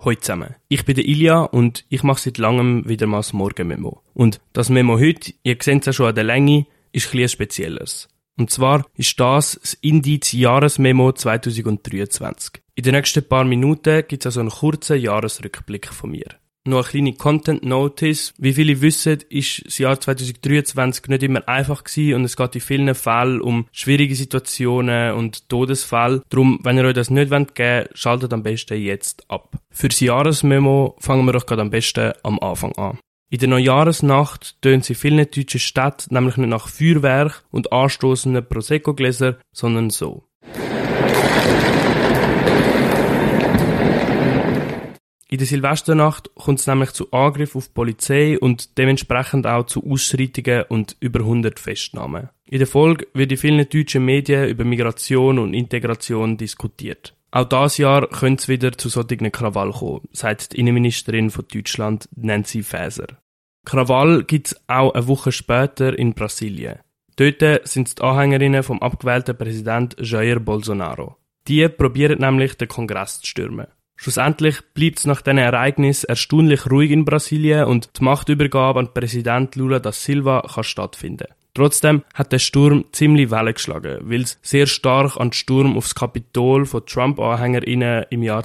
Hallo zusammen, ich bin der Ilja und ich mache seit langem wieder mal das Morgenmemo. Und das Memo heute, ihr seht es ja schon an der Länge, ist etwas Spezielles. Und zwar ist das Indiz-Jahresmemo 2023. In den nächsten paar Minuten gibt es also einen kurzen Jahresrückblick von mir. Noch eine kleine Content-Notice. Wie viele wissen, ist das Jahr 2023 nicht immer einfach gewesen und es geht in vielen Fällen um schwierige Situationen und Todesfälle. Darum, wenn ihr euch das nicht geben wollt, schaltet am besten jetzt ab. Für das Jahresmemo fangen wir doch gerade am besten am Anfang an. In der Neujahresnacht tönt es in vielen deutschen Städten nämlich nicht nach Feuerwerk und anstossenden Prosecco-Gläser, sondern so. In der Silvesternacht kommt es nämlich zu Angriffen auf die Polizei und dementsprechend auch zu Ausschreitungen und über 100 Festnahmen. In der Folge wird in vielen deutschen Medien über Migration und Integration diskutiert. Auch dieses Jahr könnte es wieder zu solchen Krawall kommen, sagt die Innenministerin von Deutschland, Nancy Faeser. Krawall gibt es auch eine Woche später in Brasilien. Dort sind es die Anhängerinnen vom abgewählten Präsident Jair Bolsonaro. Die probieren nämlich, den Kongress zu stürmen. Schlussendlich bleibt es nach diesen Ereignissen erstaunlich ruhig in Brasilien und die Machtübergabe an Präsident Lula da Silva kann stattfinden. Trotzdem hat der Sturm ziemlich Wellen geschlagen, weil es sehr stark an den Sturm aufs Kapitol von Trump-AnhängerInnen im Jahr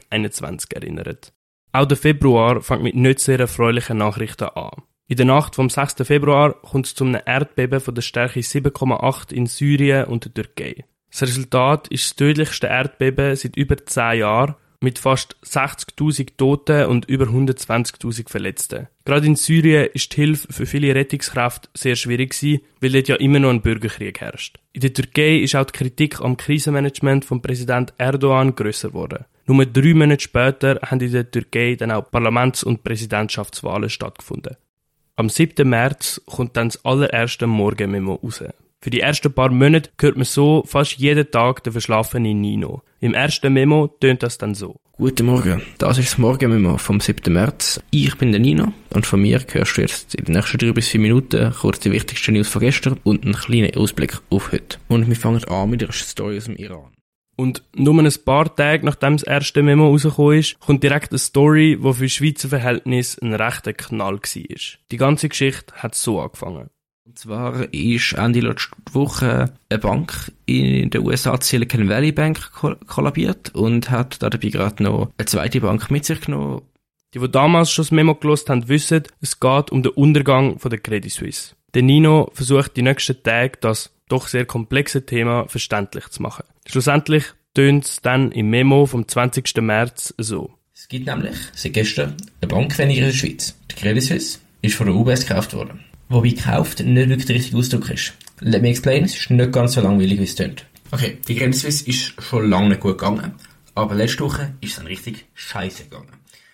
2021 erinnert. Auch der Februar fängt mit nicht sehr erfreulichen Nachrichten an. In der Nacht vom 6. Februar kommt es zu einem Erdbeben von der Stärke 7,8 in Syrien und der Türkei. Das Resultat ist das tödlichste Erdbeben seit über 10 Jahren, mit fast 60.000 Toten und über 120.000 Verletzten. Gerade in Syrien ist die Hilfe für viele Rettungskräfte sehr schwierig gewesen, weil dort ja immer noch ein Bürgerkrieg herrscht. In der Türkei ist auch die Kritik am Krisenmanagement von Präsident Erdogan grösser geworden. Nur 3 Monate später haben in der Türkei dann auch Parlaments- und Präsidentschaftswahlen stattgefunden. Am 7. März kommt dann das allererste Morgenmemo raus. Für die ersten paar Monate hört man so fast jeden Tag den verschlafenen Nino. Im ersten Memo tönt das dann so. Guten Morgen, das ist das Morgenmemo vom 7. März. Ich bin der Nino und von mir hörst du jetzt in den nächsten 3 bis 4 Minuten kurz die wichtigsten News von gestern und einen kleinen Ausblick auf heute. Und wir fangen an mit einer Story aus dem Iran. Und nur ein paar Tage nachdem das erste Memo rausgekommen ist, kommt direkt eine Story, die für Schweizer Verhältnisse ein rechter Knall war. Die ganze Geschichte hat so angefangen. Und zwar ist Ende letzte Woche eine Bank in den USA, die Silicon Valley Bank, kollabiert und hat dabei gerade noch eine zweite Bank mit sich genommen. Die damals schon das Memo gehört haben, wissen, es geht um den Untergang von der Credit Suisse. Der Nino versucht die nächsten Tage, das doch sehr komplexe Thema verständlich zu machen. Schlussendlich tönt es dann im Memo vom 20. März so. Es gibt nämlich seit gestern eine Bank weniger in der Schweiz. Die Credit Suisse ist von der UBS gekauft worden. Wobei gekauft nicht wirklich der richtige Ausdruck ist. Let me explain, es ist nicht ganz so langweilig, wie es tönt. Okay, die Credit Suisse ist schon lange nicht gut gegangen, aber letzte Woche ist es dann richtig scheiße gegangen.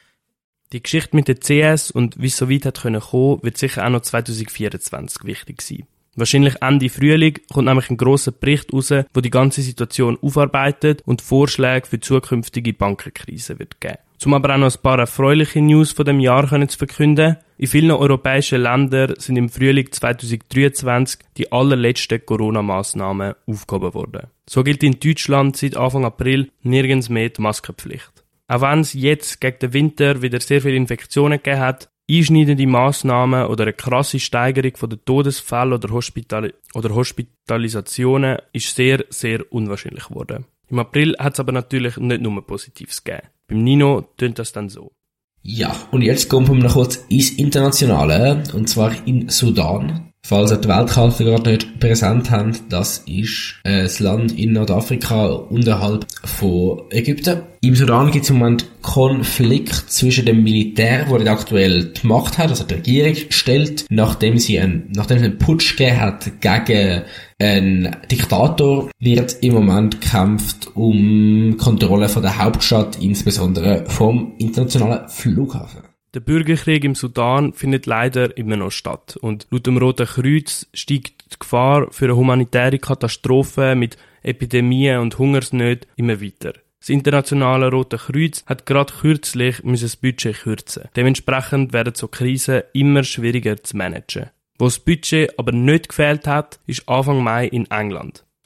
Die Geschichte mit der CS und wie es so weit hat kommen, wird sicher auch noch 2024 wichtig sein. Wahrscheinlich Ende Frühling kommt nämlich ein grosser Bericht raus, der die ganze Situation aufarbeitet und Vorschläge für zukünftige Bankenkrise wird geben. Um aber auch noch ein paar erfreuliche News von dem Jahr zu verkünden. In vielen europäischen Ländern sind im Frühling 2023 die allerletzten Corona-Massnahmen aufgehoben worden. So gilt in Deutschland seit Anfang April nirgends mehr die Maskenpflicht. Auch wenn es jetzt gegen den Winter wieder sehr viele Infektionen gegeben hat, einschneidende Massnahmen oder eine krasse Steigerung von den Todesfällen oder Hospitalisationen ist sehr, sehr unwahrscheinlich geworden. Im April hat es aber natürlich nicht nur Positives gegeben. Beim Nino tönt das dann so. Ja, und jetzt kommen wir noch kurz ins Internationale, und zwar in Sudan. Falls ihr die Weltkarte gerade nicht präsent habt, das ist das Land in Nordafrika unterhalb von Ägypten. Im Sudan gibt es im Moment Konflikt zwischen dem Militär, das aktuell die Macht hat, also die Regierung stellt, nachdem es einen Putsch gegeben hat gegen einen Diktator, wird im Moment gekämpft um Kontrolle von der Hauptstadt, insbesondere vom internationalen Flughafen. Der Bürgerkrieg im Sudan findet leider immer noch statt und laut dem Roten Kreuz steigt die Gefahr für eine humanitäre Katastrophe mit Epidemien und Hungersnöten immer weiter. Das internationale Rote Kreuz hat gerade kürzlich das Budget kürzen. Dementsprechend werden so Krisen immer schwieriger zu managen. Wo das Budget aber nicht gefehlt hat, ist Anfang Mai in England.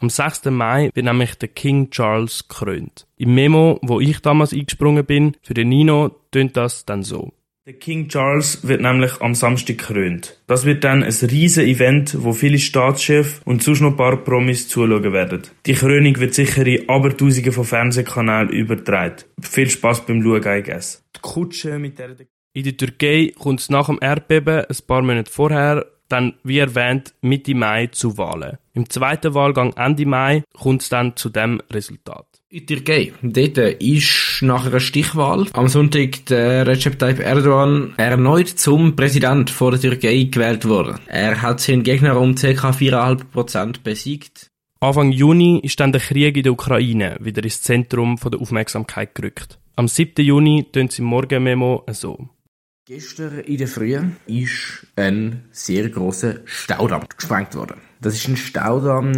Am 6. Mai wird nämlich der King Charles gekrönt. Im Memo, wo ich damals eingesprungen bin, für den Nino, tönt das dann so. Der King Charles wird nämlich am Samstag gekrönt. Das wird dann ein riesen Event, wo viele Staatschefs und sonst noch ein paar Promis zuschauen werden. Die Krönung wird sicher in Abertausenden von Fernsehkanälen übertragen. Viel Spass beim Schauen, I guess. Die Kutsche mit der... In der Türkei kommt es nach dem Erdbeben ein paar Monate vorher, dann, wie erwähnt, Mitte Mai zu Wahlen. Im zweiten Wahlgang Ende Mai kommt es dann zu dem Resultat. In der Türkei. Dort ist nach einer Stichwahl am Sonntag der Recep Tayyip Erdogan erneut zum Präsident von der Türkei gewählt worden. Er hat seinen Gegner um ca. 4,5% besiegt. Anfang Juni ist dann der Krieg in der Ukraine wieder ins Zentrum der Aufmerksamkeit gerückt. Am 7. Juni tönt es im Morgenmemo so. Gestern in der Früh ist ein sehr grosser Staudamm gesprengt worden. Das ist ein Staudamm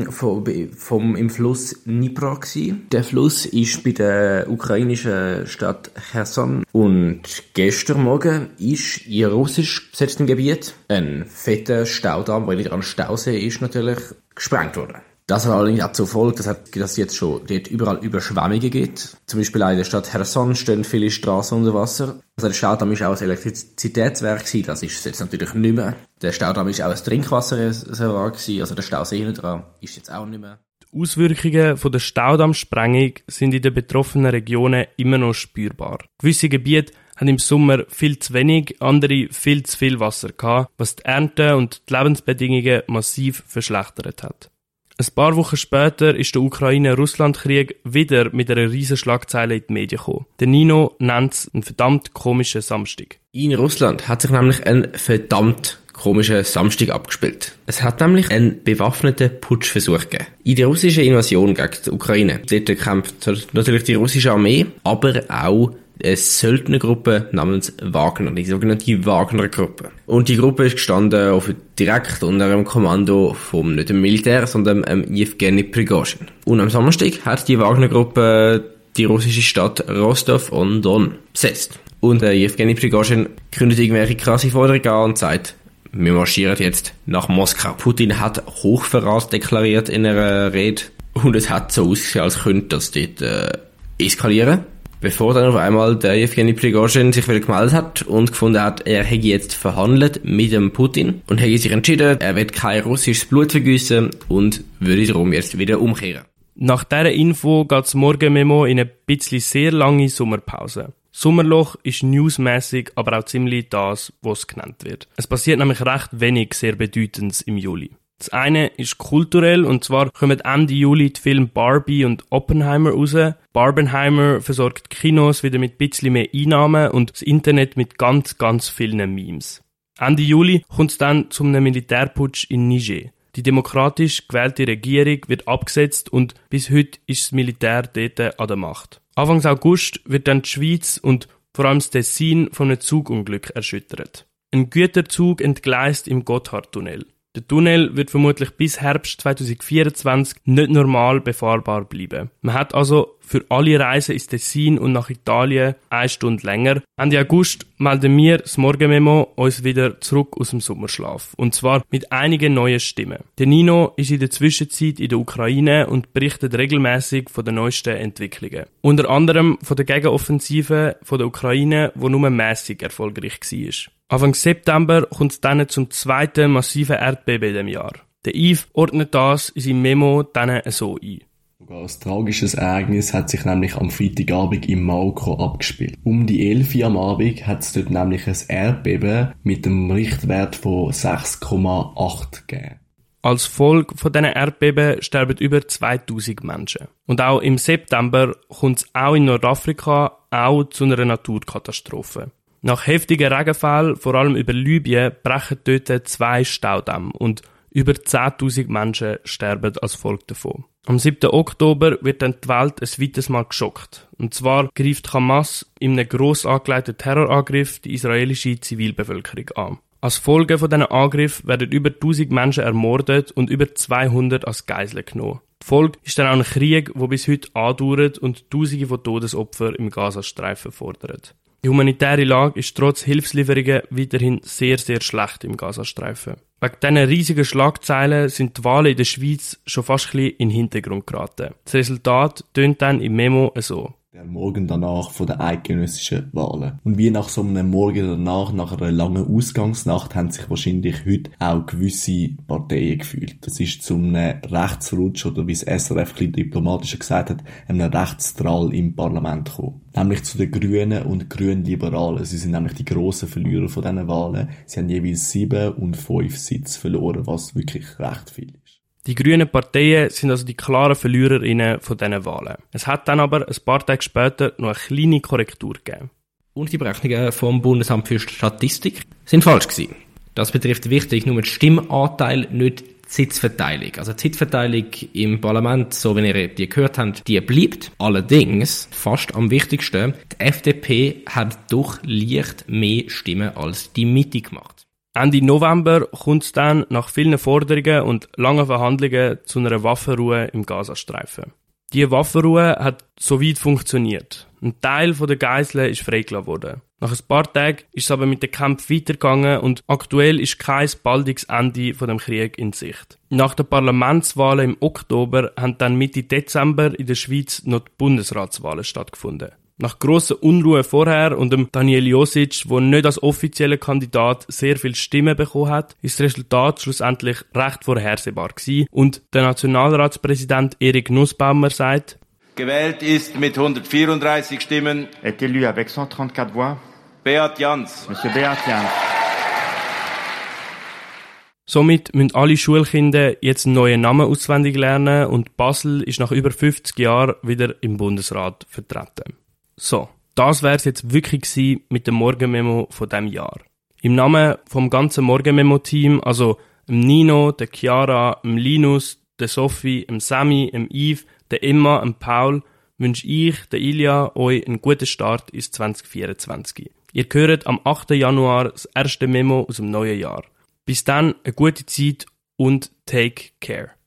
im Fluss Dnipro gewesen. Der Fluss ist bei der ukrainischen Stadt Cherson. Und gestern Morgen ist in russisch besetztem Gebiet ein fetter Staudamm, weil wieder ein Stausee ist, natürlich gesprengt worden. Das hat allerdings auch zur Folge, dass jetzt schon dort überall Überschwemmungen gibt. Zum Beispiel auch in der Stadt Cherson stehen viele Straßen unter Wasser. Also der Staudamm ist auch ein Elektrizitätswerk gewesen, das ist es jetzt natürlich nicht mehr. Der Staudamm ist auch ein Trinkwasserreservoir gewesen, also der Stausee hinten dran ist jetzt auch nicht mehr. Die Auswirkungen von der Staudammsprengung sind in den betroffenen Regionen immer noch spürbar. Gewisse Gebiete haben im Sommer viel zu wenig, andere viel zu viel Wasser gehabt, was die Ernte und die Lebensbedingungen massiv verschlechtert hat. Ein paar Wochen später ist der Ukraine-Russland-Krieg wieder mit einer riesen Schlagzeile in die Medien gekommen. Der Nino nennt es einen verdammt komischen Samstag. In Russland hat sich nämlich ein verdammt komischer Samstag abgespielt. Es hat nämlich einen bewaffneten Putschversuch gegeben. In der russischen Invasion gegen die Ukraine. Dort kämpft natürlich die russische Armee, aber auch eine Söldnergruppe namens Wagner, die sogenannte Wagner-Gruppe. Und die Gruppe ist gestanden direkt unter dem Kommando vom nicht dem Militär, sondern Jewgeni Prigozhin. Und am Samstag hat die Wagner-Gruppe die russische Stadt Rostov-on-Don besetzt. Und Jewgeni Prigozhin kündet irgendwelche krasse Forderungen an und sagt, wir marschieren jetzt nach Moskau. Putin hat Hochverrat deklariert in einer Rede und es hat so ausgesehen, als könnte das dort eskalieren. Bevor dann auf einmal der Jewgeni Prigozhin sich wieder gemeldet hat und gefunden hat, er hätte jetzt verhandelt mit dem Putin und hätte sich entschieden, er wird kein russisches Blut vergießen und würde darum jetzt wieder umkehren. Nach dieser Info geht das Morgenmemo in eine bisschen sehr lange Sommerpause. Sommerloch ist newsmäßig aber auch ziemlich das, was genannt wird. Es passiert nämlich recht wenig sehr Bedeutendes im Juli. Das eine ist kulturell, und zwar kommen Ende Juli die Filme Barbie und Oppenheimer raus. Barbenheimer versorgt die Kinos wieder mit ein bisschen mehr Einnahmen und das Internet mit ganz, ganz vielen Memes. Ende Juli kommt es dann zu einem Militärputsch in Niger. Die demokratisch gewählte Regierung wird abgesetzt und bis heute ist das Militär dort an der Macht. Anfang August wird dann die Schweiz und vor allem das Tessin von einem Zugunglück erschüttert. Ein Güterzug entgleist im Gotthardtunnel. Der Tunnel wird vermutlich bis Herbst 2024 nicht normal befahrbar bleiben. Man hat also für alle Reisen ins Tessin und nach Italien 1 Stunde länger. Ende August melden wir, das Morgenmemo, uns wieder zurück aus dem Sommerschlaf. Und zwar mit einigen neuen Stimmen. Der Nino ist in der Zwischenzeit in der Ukraine und berichtet regelmäßig von den neuesten Entwicklungen. Unter anderem von der Gegenoffensive von der Ukraine, die nur mäßig erfolgreich war. Anfang September kommt es dann zum zweiten massiven Erdbeben in diesem Jahr. Der Yves ordnet das in seinem Memo dann so ein. Sogar ein tragisches Ereignis hat sich nämlich am Freitagabend im Marokko abgespielt. Um die 11 Uhr am Abend hat es dort nämlich ein Erdbeben mit einem Richtwert von 6,8 gegeben. Als Folge von diesen Erdbeben sterben über 2000 Menschen. Und auch im September kommt es auch in Nordafrika auch zu einer Naturkatastrophe. Nach heftigen Regenfällen, vor allem über Libyen, brechen dort 2 Staudämme und über 10.000 Menschen sterben als Folge davon. Am 7. Oktober wird dann die Welt ein weiteres Mal geschockt. Und zwar greift Hamas in einem gross angelegten Terrorangriff die israelische Zivilbevölkerung an. Als Folge von diesen Angriff werden über 1000 Menschen ermordet und über 200 als Geiseln genommen. Die Folge ist dann auch ein Krieg, der bis heute andauert und Tausende von Todesopfern im Gazastreifen fordert. Die humanitäre Lage ist trotz Hilfslieferungen weiterhin sehr, sehr schlecht im Gazastreifen. Wegen diesen riesigen Schlagzeilen sind die Wahlen in der Schweiz schon fast ein bisschen in den Hintergrund geraten. Das Resultat tönt dann im Memo so. Der Morgen danach von den eidgenössischen Wahlen. Und wie nach so einem Morgen danach, nach einer langen Ausgangsnacht, haben sich wahrscheinlich heute auch gewisse Parteien gefühlt. Das ist zum Rechtsrutsch, oder wie es SRF ein bisschen diplomatischer gesagt hat, einem Rechtsdrall im Parlament gekommen. Nämlich zu den Grünen und Grünliberalen. Sie sind nämlich die grossen Verlierer von diesen Wahlen. Sie haben jeweils 7 und 5 Sitze verloren, was wirklich recht viel ist. Die grünen Parteien sind also die klaren Verliererinnen von diesen Wahlen. Es hat dann aber ein paar Tage später noch eine kleine Korrektur gegeben. Und die Berechnungen vom Bundesamt für Statistik sind falsch gewesen. Das betrifft wichtig nur den Stimmanteil, nicht die Sitzverteilung. Also die Sitzverteilung im Parlament, so wie ihr die gehört habt, die bleibt. Allerdings, fast am wichtigsten, die FDP hat doch leicht mehr Stimmen als die Mitte gemacht. Ende November kommt es dann nach vielen Forderungen und langen Verhandlungen zu einer Waffenruhe im Gazastreifen. Diese Waffenruhe hat soweit funktioniert. Ein Teil der Geiseln ist freigelassen worden. Nach ein paar Tagen ist es aber mit den Kämpfen weitergegangen und aktuell ist kein baldiges Ende von dem Krieg in Sicht. Nach den Parlamentswahlen im Oktober haben dann Mitte Dezember in der Schweiz noch die Bundesratswahlen stattgefunden. Nach grosser Unruhe vorher und dem Daniel Josic, der nicht als offizieller Kandidat sehr viele Stimmen bekommen hat, ist das Resultat schlussendlich recht vorhersehbar gewesen. Und der Nationalratspräsident Erik Nussbaumer sagt: Gewählt ist mit 134 Stimmen est élu avec 134 voix Beat Jans. Monsieur Beat Jans. Somit müssen alle Schulkinder jetzt einen neuen Namen auswendig lernen und Basel ist nach über 50 Jahren wieder im Bundesrat vertreten. So, das wär's jetzt wirklich gewesen mit dem Morgenmemo von diesem Jahr. Im Namen vom ganzen Morgenmemo-Team, also dem Nino, der Chiara, dem Linus, der Sophie, dem Sammy, dem Yves, der Emma, dem Paul, wünsche ich, der Ilja, euch einen guten Start ins 2024. Ihr hört am 8. Januar das erste Memo aus dem neuen Jahr. Bis dann, eine gute Zeit und take care.